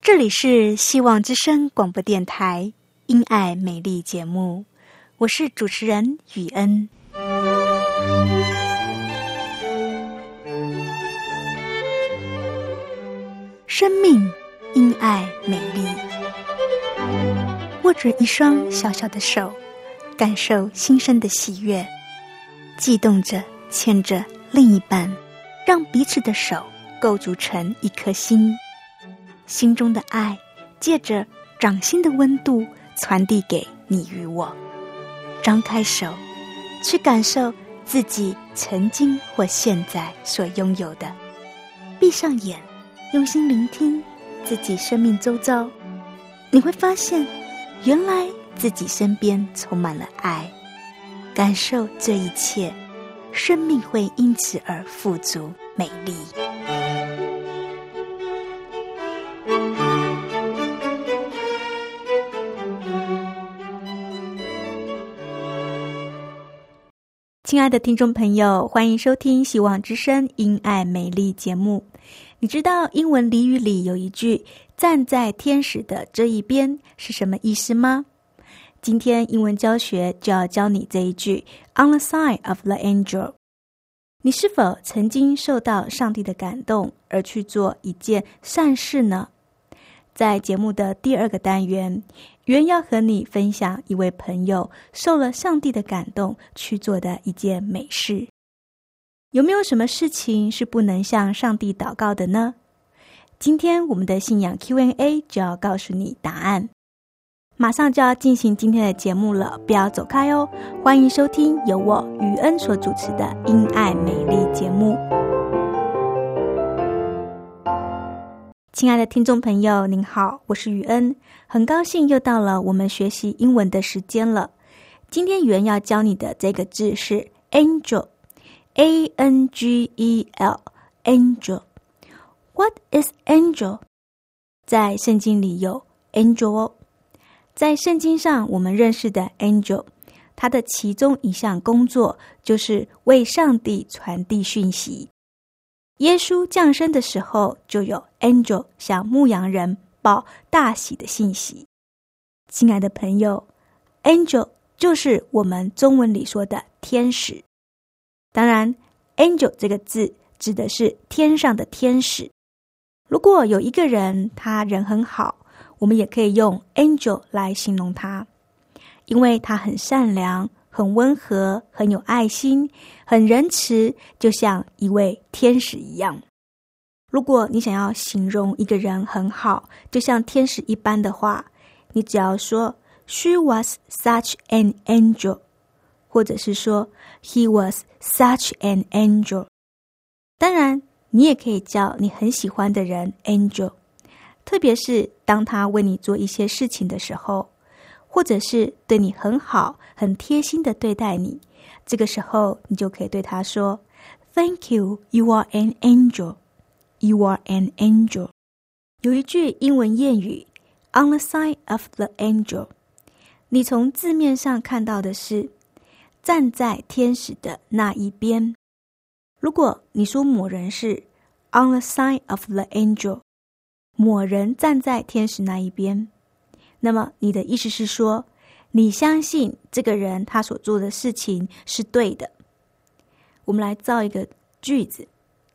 这里是希望之声广播电台因爱美丽节目，我是主持人雨恩。生命因爱美丽，握着一双小小的手，感受新生的喜悦，悸动着牵着另一半，让彼此的手构筑成一颗心，心中的爱借着掌心的温度传递给你与我。张开手，去感受自己曾经或现在所拥有的，闭上眼，用心聆听自己生命周遭，你会发现原来自己身边充满了爱。感受这一切，生命会因此而富足美丽。亲爱的听众朋友，欢迎收听希望之声因爱美丽节目。你知道英文俚语里有一句站在天使的这一边是什么意思吗？今天英文教学就要教你这一句 On the side of the angel。 你是否曾经受到上帝的感动而去做一件善事呢？在节目的第二个单元，原要和你分享一位朋友受了上帝的感动去做的一件美事。有没有什么事情是不能向上帝祷告的呢？今天我们的信仰 Q&A 就要告诉你答案。马上就要进行今天的节目了，不要走开哦！欢迎收听由我雨恩所主持的因爱美丽节目。亲爱的听众朋友，您好，我是雨恩，很高兴又到了我们学习英文的时间了。今天雨恩要教你的这个字是 angel， A-N-G-E-L， angel。 What is angel？ 在圣经里有 angel 哦。在圣经上我们认识的 angel， 它的其中一项工作就是为上帝传递讯息。耶稣降生的时候，就有 angel 向牧羊人报大喜的信息。亲爱的朋友， angel 就是我们中文里说的天使。当然 angel 这个字指的是天上的天使。如果有一个人他人很好，我们也可以用 angel 来形容他，因为他很善良，很温和，很有爱心，很仁慈，就像一位天使一样。如果你想要形容一个人很好，就像天使一般的话，你只要说 She was such an angel， 或者是说 He was such an angel。 当然你也可以叫你很喜欢的人 angel， 特别是当他为你做一些事情的时候，或者是对你很好，很贴心的对待你，这个时候你就可以对他说 Thank you, you are an angel. You are an angel。 有一句英文谚语 On the side of the angel， 你从字面上看到的是站在天使的那一边。如果你说某人是 On the side of the angel， 某人站在天使那一边，那么你的意思是说，你相信这个人他所做的事情是对的。我们来造一个句子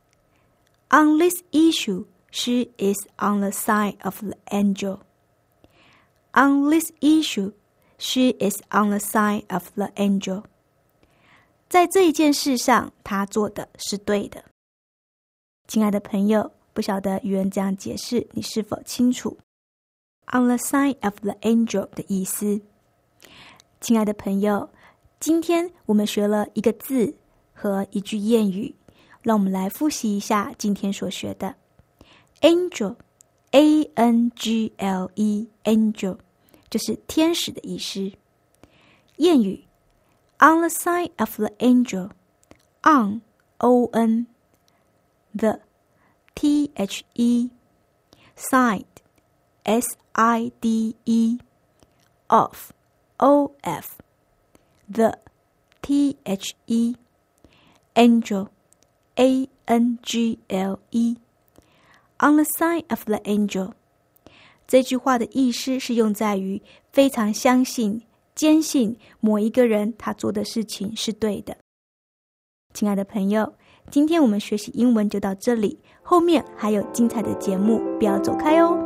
On this issue, she is on the side of the angel. On this issue, she is on the side of the angel. 在这一件事上，他做的是对的。亲爱的朋友，不晓得语言这样解释，你是否清楚On the side of the angel 的意思？亲爱的朋友，今天我们学了一个字和一句谚语，让我们来复习一下今天所学的。Angel， A-N-G-L-E， Angel 就是天使的意思。谚语 On the side of the angel， On O-N The T-H-E Side S-I-D-E Of O-F The T-H-E Angel A-N-G-L-E On the side of the angel， 这句话的意思是用在于非常相信、坚信某一个人他做的事情是对的。亲爱的朋友，今天我们学习英文就到这里，后面还有精彩的节目，不要走开哦。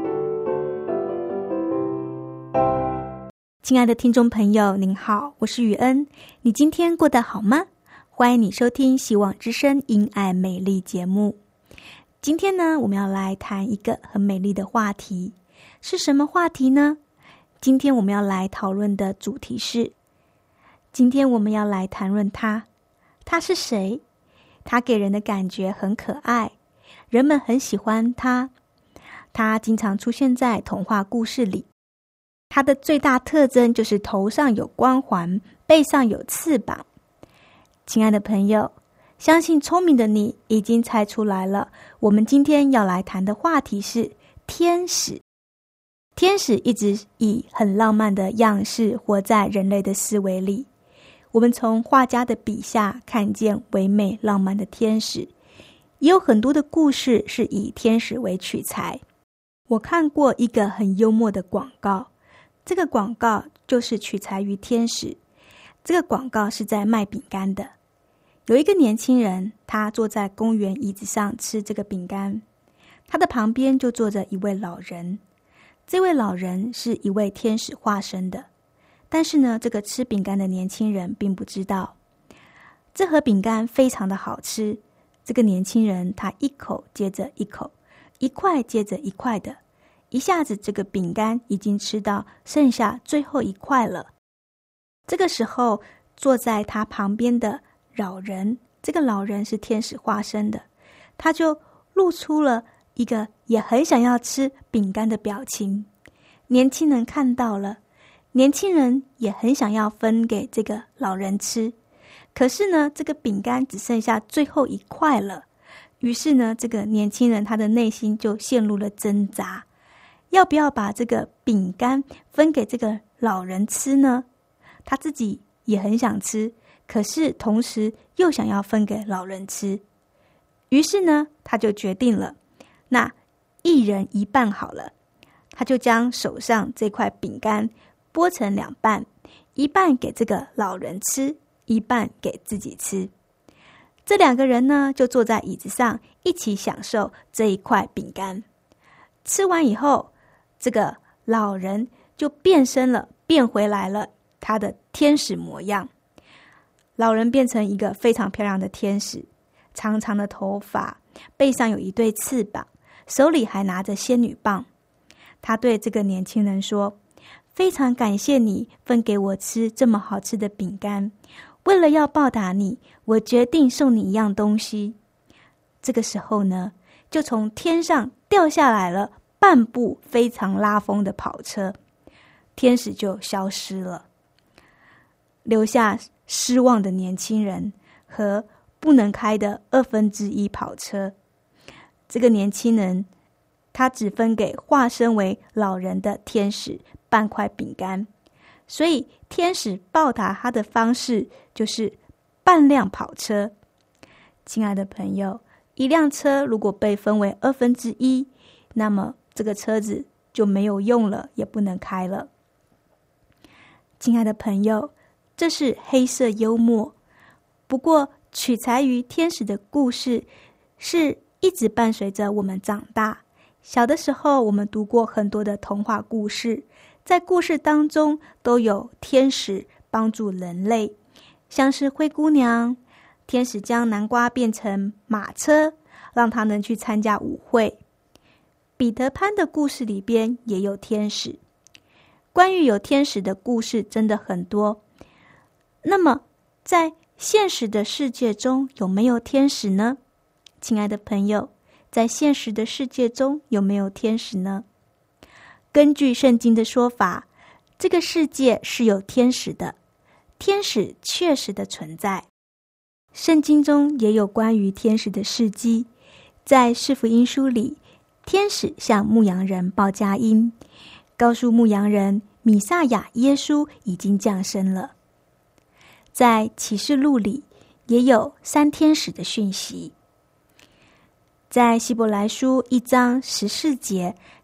亲爱的听众朋友，您好，我是雨恩，你今天过得好吗？欢迎你收听希望之声因爱美丽节目。今天呢，我们要来谈一个很美丽的话题，是什么话题呢？今天我们要来讨论的主题是，今天我们要来谈论他是谁？他给人的感觉很可爱，人们很喜欢他，他经常出现在童话故事里。它的最大特征就是头上有光环，背上有翅膀。亲爱的朋友，相信聪明的你已经猜出来了，我们今天要来谈的话题是天使。天使一直以很浪漫的样式活在人类的思维里。我们从画家的笔下看见唯美浪漫的天使，也有很多的故事是以天使为取材。我看过一个很幽默的广告，这个广告就是取材于天使。这个广告是在卖饼干的。有一个年轻人，他坐在公园椅子上吃这个饼干，他的旁边就坐着一位老人。这位老人是一位天使化身的，但是呢，这个吃饼干的年轻人并不知道。这盒饼干非常的好吃，这个年轻人他一口接着一口，一块接着一块的，一下子这个饼干已经吃到剩下最后一块了。这个时候，坐在他旁边的老人，这个老人是天使化身的，他就露出了一个也很想要吃饼干的表情。年轻人看到了，年轻人也很想要分给这个老人吃，可是呢，这个饼干只剩下最后一块了。于是呢，这个年轻人他的内心就陷入了挣扎，要不要把这个饼干分给这个老人吃呢？他自己也很想吃，可是同时又想要分给老人吃。于是呢，他就决定了，那一人一半好了。他就将手上这块饼干剥成两半，一半给这个老人吃，一半给自己吃。这两个人呢，就坐在椅子上一起享受这一块饼干。吃完以后，这个老人就变身了，变回来了他的天使模样。老人变成一个非常漂亮的天使，长长的头发，背上有一对翅膀，手里还拿着仙女棒。他对这个年轻人说，非常感谢你分给我吃这么好吃的饼干，为了要报答你，我决定送你一样东西。这个时候呢，就从天上掉下来了半部非常拉风的跑车，天使就消失了，留下失望的年轻人和不能开的1/2跑车。这个年轻人他只分给化身为老人的天使半块饼干，所以天使报答他的方式就是半辆跑车。亲爱的朋友，一辆车如果被分为1/2，那么这个车子就没有用了，也不能开了。亲爱的朋友，这是黑色幽默，不过取材于天使的故事是一直伴随着我们长大。小的时候，我们读过很多的童话故事，在故事当中都有天使帮助人类，像是灰姑娘，天使将南瓜变成马车，让他能去参加舞会。彼得潘的故事里边也有天使。关于有天使的故事真的很多。那么在现实的世界中有没有天使呢？亲爱的朋友，在现实的世界中有没有天使呢？根据圣经的说法，这个世界是有天使的，天使确实的存在。圣经中也有关于天使的事迹，在四福音书里，天使向牧羊人报佳音，告诉牧羊人弥赛亚耶稣已经降生了。在启示录里也有3天使的讯息。在希伯来书1章14节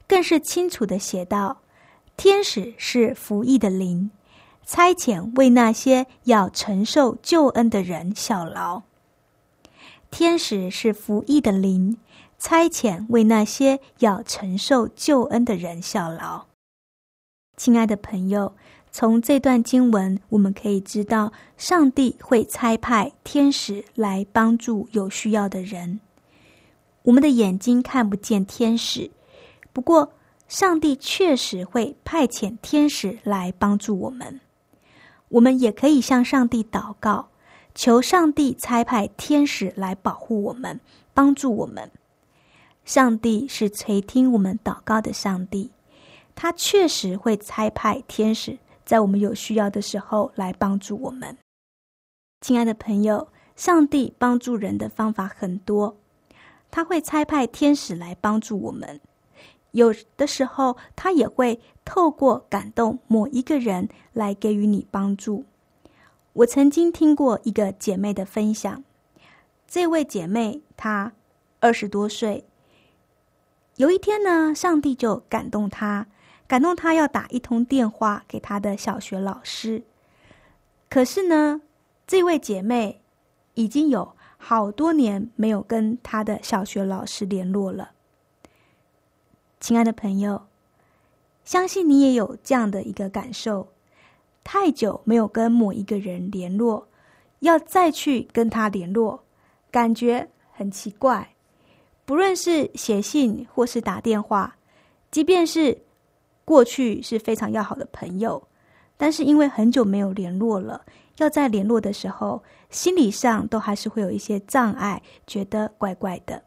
更是清楚地写道：天使是服役的灵，差遣为那些要承受救恩的人效劳。天使是服役的灵，差遣为那些要承受救恩的人效劳。亲爱的朋友，从这段经文我们可以知道，上帝会差派天使来帮助有需要的人。我们的眼睛看不见天使，不过上帝确实会派遣天使来帮助我们。我们也可以向上帝祷告，求上帝差派天使来保护我们，帮助我们。上帝是垂听我们祷告的上帝，他确实会差派天使在我们有需要的时候来帮助我们。亲爱的朋友，上帝帮助人的方法很多，他会差派天使来帮助我们，有的时候他也会透过感动某一个人来给予你帮助。我曾经听过一个姐妹的分享，这位姐妹她20多岁，有一天呢，上帝就感动她要打一通电话给她的小学老师。可是呢，这位姐妹已经有好多年没有跟她的小学老师联络了。亲爱的朋友，相信你也有这样的一个感受，太久没有跟某一个人联络，要再去跟他联络，感觉很奇怪。不论是写信或是打电话，即便是过去是非常要好的朋友，但是因为很久没有联络了，要再联络的时候，心理上都还是会有一些障碍，觉得怪怪的。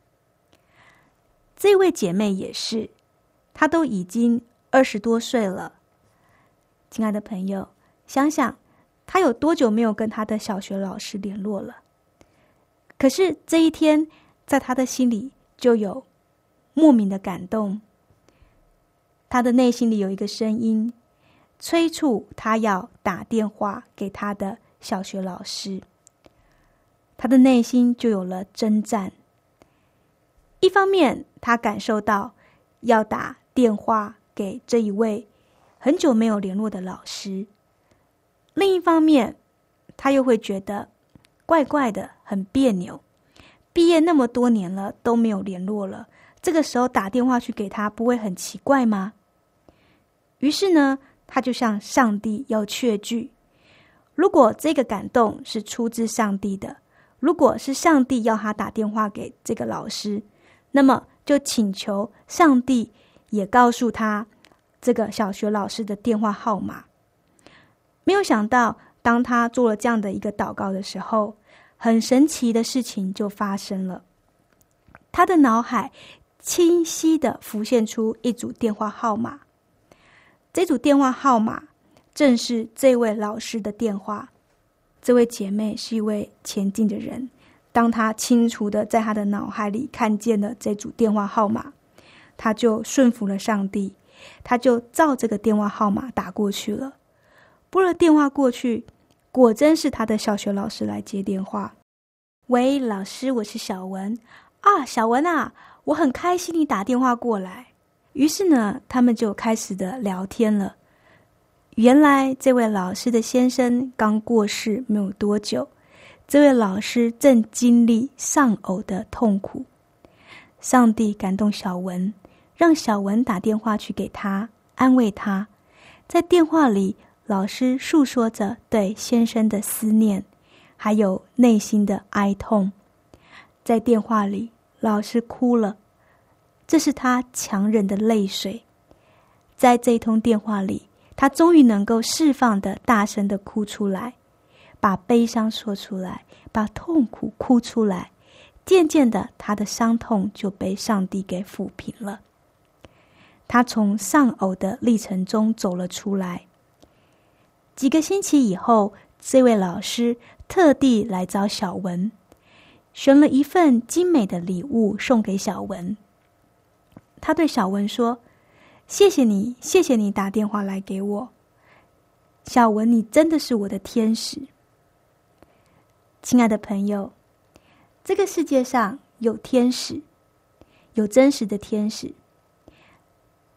这位姐妹也是，她都已经20多岁了。亲爱的朋友，想想她有多久没有跟她的小学老师联络了。可是这一天，在她的心里就有莫名的感动。她的内心里有一个声音，催促她要打电话给她的小学老师。她的内心就有了征战。一方面，他感受到要打电话给这一位很久没有联络的老师，另一方面，他又会觉得怪怪的，很别扭。毕业那么多年了，都没有联络了，这个时候打电话去给他，不会很奇怪吗？于是呢，他就向上帝要确据，如果这个感动是出自上帝的，如果是上帝要他打电话给这个老师，那么就请求上帝也告诉他这个小学老师的电话号码。没有想到，当他做了这样的一个祷告的时候，很神奇的事情就发生了。他的脑海清晰地浮现出一组电话号码，这组电话号码正是这位老师的电话。这位姐妹是一位前进的人，当他清楚地在他的脑海里看见了这组电话号码，他就顺服了上帝，他就照这个电话号码打过去了。拨了电话过去，果真是他的小学老师来接电话。喂，老师，我是小文啊，小文啊，我很开心你打电话过来。于是呢，他们就开始的聊天了。原来这位老师的先生刚过世没有多久，这位老师正经历丧偶的痛苦。上帝感动小文，让小文打电话去给他，安慰他。在电话里，老师诉说着对先生的思念，还有内心的哀痛。在电话里，老师哭了，这是他强忍的泪水。在这通电话里，他终于能够释放的大声的哭出来，把悲伤说出来，把痛苦哭出来。渐渐的，他的伤痛就被上帝给抚平了。他从丧偶的历程中走了出来。几个星期以后，这位老师特地来找小文，选了一份精美的礼物送给小文。他对小文说：谢谢你，谢谢你打电话来给我。小文，你真的是我的天使。亲爱的朋友，这个世界上有天使，有真实的天使。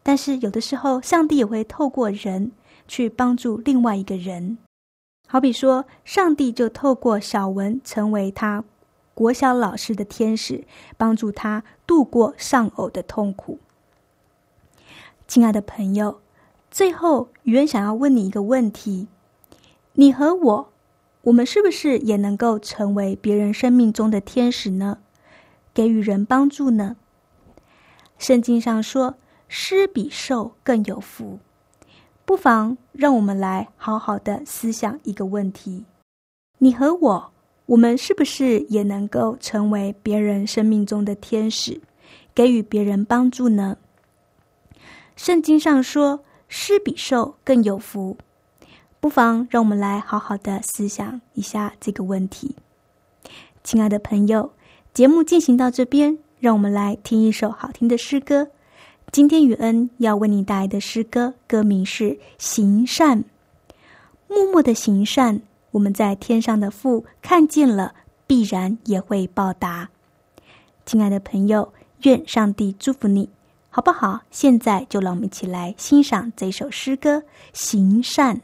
但是有的时候上帝也会透过人去帮助另外一个人。好比说，上帝就透过小文成为他国小老师的天使，帮助他度过丧偶的痛苦。亲爱的朋友，最后宇恩想要问你一个问题，你和我们是不是也能够成为别人生命中的天使呢？给予人帮助呢？圣经上说，施比受更有福。不妨让我们来好好的思想一个问题，你和我们是不是也能够成为别人生命中的天使，给予别人帮助呢？圣经上说，施比受更有福。不妨让我们来好好的思想一下这个问题。亲爱的朋友，节目进行到这边，让我们来听一首好听的诗歌。今天宇恩要为你带来的诗歌，歌名是行善。默默的行善，我们在天上的父看见了，必然也会报答。亲爱的朋友，愿上帝祝福你，好不好？现在就让我们一起来欣赏这首诗歌，行善。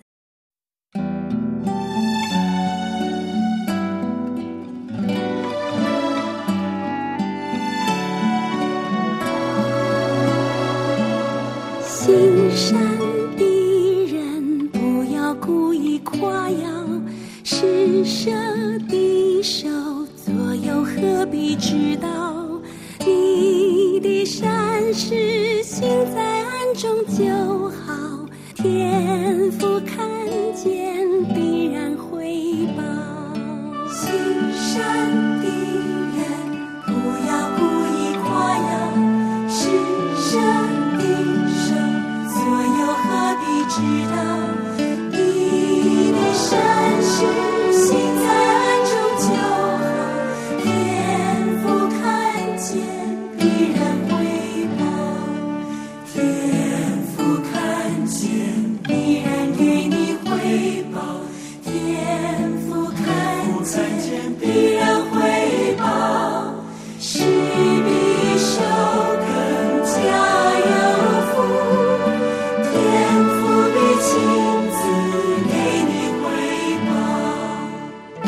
行善的人不要故意夸耀，施舍的手左右何必知道？你的善事行在暗中就好，天父看见必然回报。行善的人不要故意夸耀，施舍的手左右何必知道？你的善事行在暗中就好，天父看见必然回报，天父看见必然给你回报，天父看见必然回报，施比受更加有福，天父必亲自给你回报。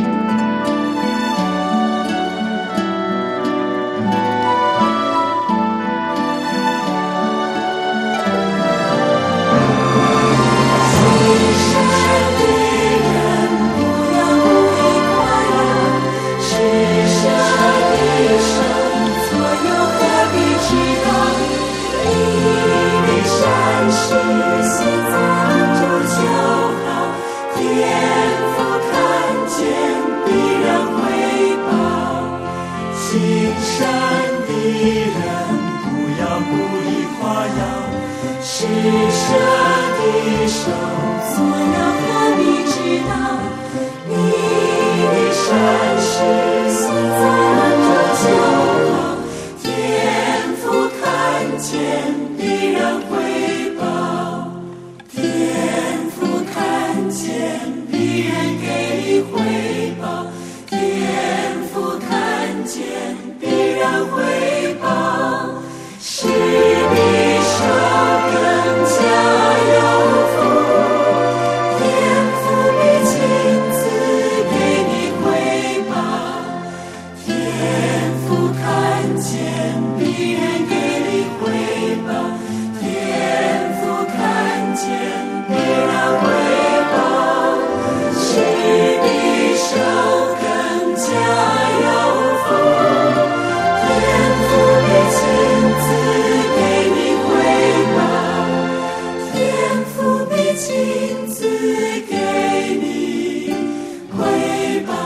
行善的人不要故意夸耀，施舍的手左右何必知道？你的善事行在暗中就好，天父看见必然回报。行善的人不要故意夸耀，施舍的手左右何必知道？你的善事行在暗中就好，天父看见必然回报，天父看见必然给你回报，天父看见必然回报，施比受更加有福，天父必亲自给你回报，天父看见必然给你回报，天父看见必然回报，施比受更加有福，天父必亲自给你回报，天父必亲自给你回报。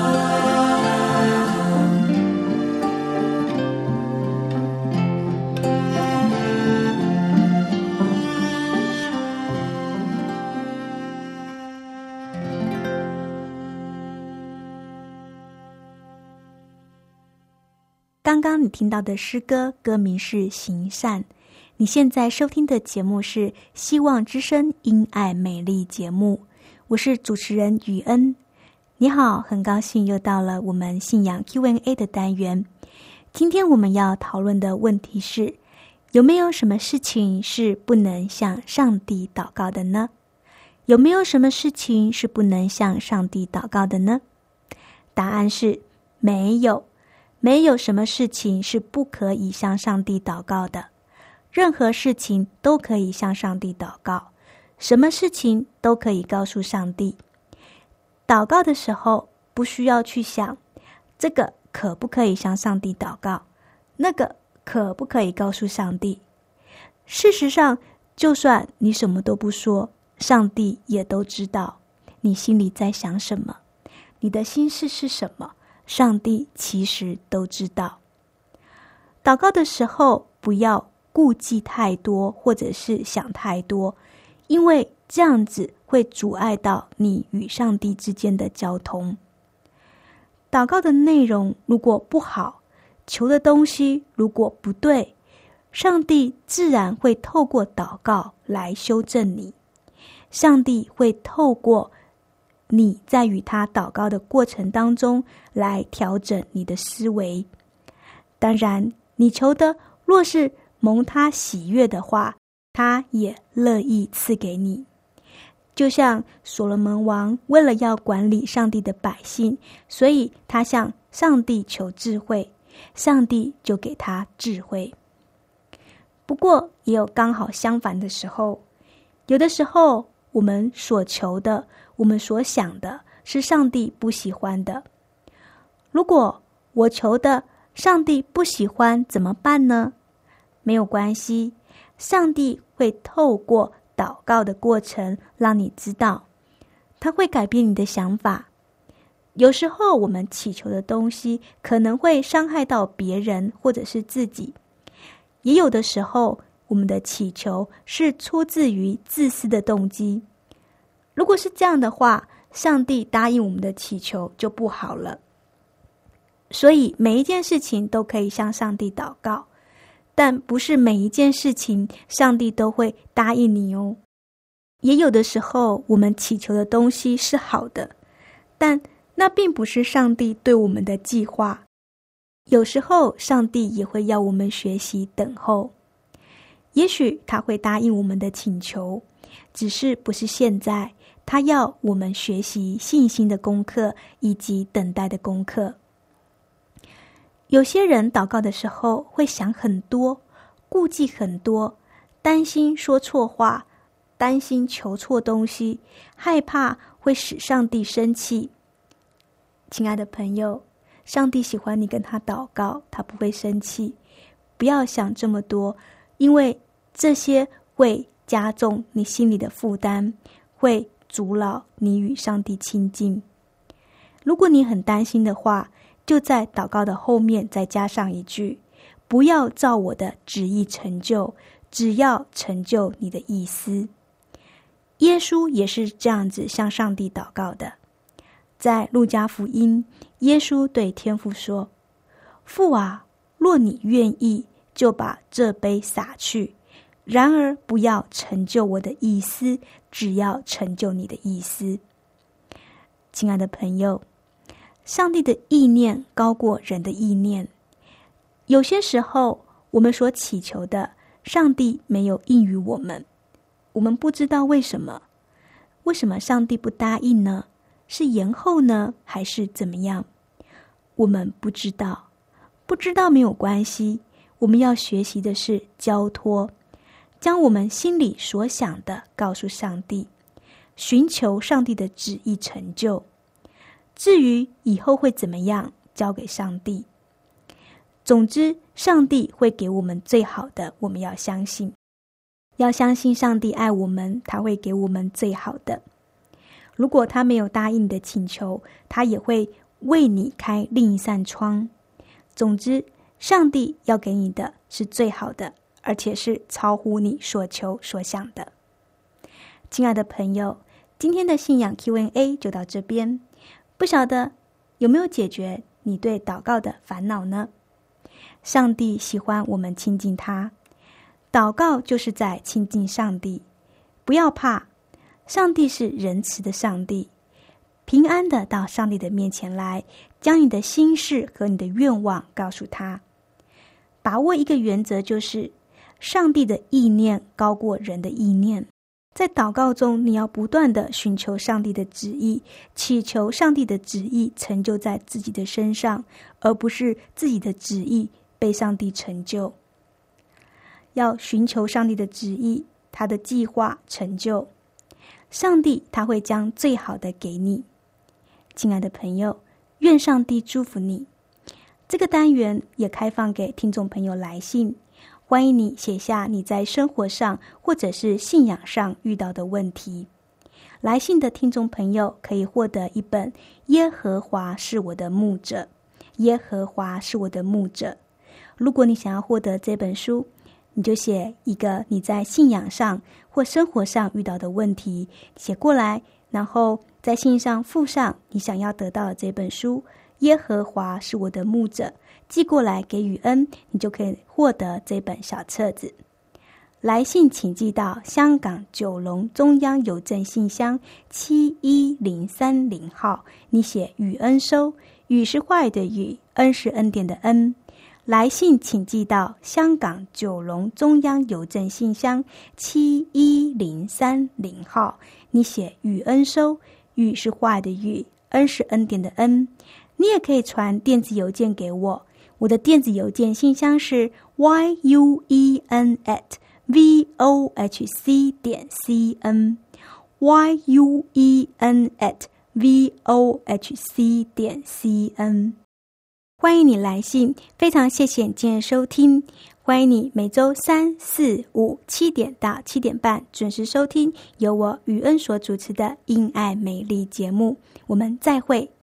刚刚你听到的诗歌，歌名是行善。你现在收听的节目是希望之声因爱美丽节目，我是主持人雨恩。你好，很高兴又到了我们信仰 Q&A 的单元。今天我们要讨论的问题是， 有没有什么事情是不能向上帝祷告的呢？有没有什么事情是不能向上帝祷告的呢？答案是没有，没有什么事情是不可以向上帝祷告的。任何事情都可以向上帝祷告，什么事情都可以告诉上帝。祷告的时候，不需要去想这个可不可以向上帝祷告，那个可不可以告诉上帝。事实上，就算你什么都不说，上帝也都知道你心里在想什么，你的心事是什么，上帝其实都知道。祷告的时候，不要顾忌太多，或者是想太多，因为这样子会阻碍到你与上帝之间的交通。祷告的内容如果不好，求的东西如果不对，上帝自然会透过祷告来修正你。上帝会透过你在与他祷告的过程当中来调整你的思维。当然，你求的若是蒙他喜悦的话，他也乐意赐给你。就像所罗门王为了要管理上帝的百姓，所以他向上帝求智慧，上帝就给他智慧。不过也有刚好相反的时候，有的时候我们所求的，我们所想的是上帝不喜欢的。如果我求的上帝不喜欢怎么办呢？没有关系，上帝会透过祷告的过程让你知道，他会改变你的想法。有时候我们祈求的东西可能会伤害到别人或者是自己，也有的时候我们的祈求是出自于自私的动机。如果是这样的话，上帝答应我们的祈求就不好了。所以每一件事情都可以向上帝祷告，但不是每一件事情上帝都会答应你哦。也有的时候我们祈求的东西是好的，但那并不是上帝对我们的计划。有时候上帝也会要我们学习等候，也许他会答应我们的请求，只是不是现在，他要我们学习信心的功课以及等待的功课。有些人祷告的时候会想很多，顾忌很多，担心说错话，担心求错东西，害怕会使上帝生气。亲爱的朋友，上帝喜欢你跟他祷告，他不会生气。不要想这么多，因为这些会加重你心里的负担，会阻挠你与上帝亲近。如果你很担心的话，就在祷告的后面再加上一句：不要照我的旨意成就，只要成就你的意思。耶稣也是这样子向上帝祷告的。在路加福音，耶稣对天父说：父啊，若你愿意，就把这杯洒去，然而不要成就我的意思，只要成就你的意思。亲爱的朋友，上帝的意念高过人的意念。有些时候我们所祈求的，上帝没有应允我们，我们不知道为什么。为什么上帝不答应呢？是延后呢，还是怎么样？我们不知道。不知道没有关系，我们要学习的是交托，将我们心里所想的告诉上帝，寻求上帝的旨意成就。至于以后会怎么样，交给上帝。总之，上帝会给我们最好的，我们要相信。要相信上帝爱我们，他会给我们最好的。如果他没有答应你的请求，他也会为你开另一扇窗。总之，上帝要给你的是最好的，而且是超乎你所求所想的。亲爱的朋友，今天的信仰 Q&A 就到这边。不晓得有没有解决你对祷告的烦恼呢？上帝喜欢我们亲近他，祷告就是在亲近上帝。不要怕，上帝是仁慈的上帝，平安的到上帝的面前来，将你的心事和你的愿望告诉他。把握一个原则，就是上帝的意念高过人的意念。在祷告中，你要不断地寻求上帝的旨意，祈求上帝的旨意成就在自己的身上，而不是自己的旨意被上帝成就。要寻求上帝的旨意，他的计划成就。上帝他会将最好的给你。亲爱的朋友，愿上帝祝福你。这个单元也开放给听众朋友来信，欢迎你写下你在生活上或者是信仰上遇到的问题。来信的听众朋友可以获得一本《耶和华是我的牧者》，耶和华是我的牧者。如果你想要获得这本书，你就写一个你在信仰上或生活上遇到的问题，写过来，然后在信上附上你想要得到的这本书《耶和华是我的牧者》，寄过来给宇恩，你就可以获得这本小册子。来信请寄到香港九龙中央邮政信箱71030号，你写宇恩收，宇是话语的宇，恩是恩典的恩。来信请寄到香港九龙中央邮政信箱71030号，你写宇恩收，宇是话语的宇，恩是恩典的恩。你也可以传电子邮件给我，我的电子邮件信箱是 yuen@vohc.cn yuen@vohc.cn。欢迎你来信，非常谢谢你今天的收听。欢迎你每周3、4、5 7点到7点半准时收听由我宇恩所主持的因爱美丽节目。我们再会。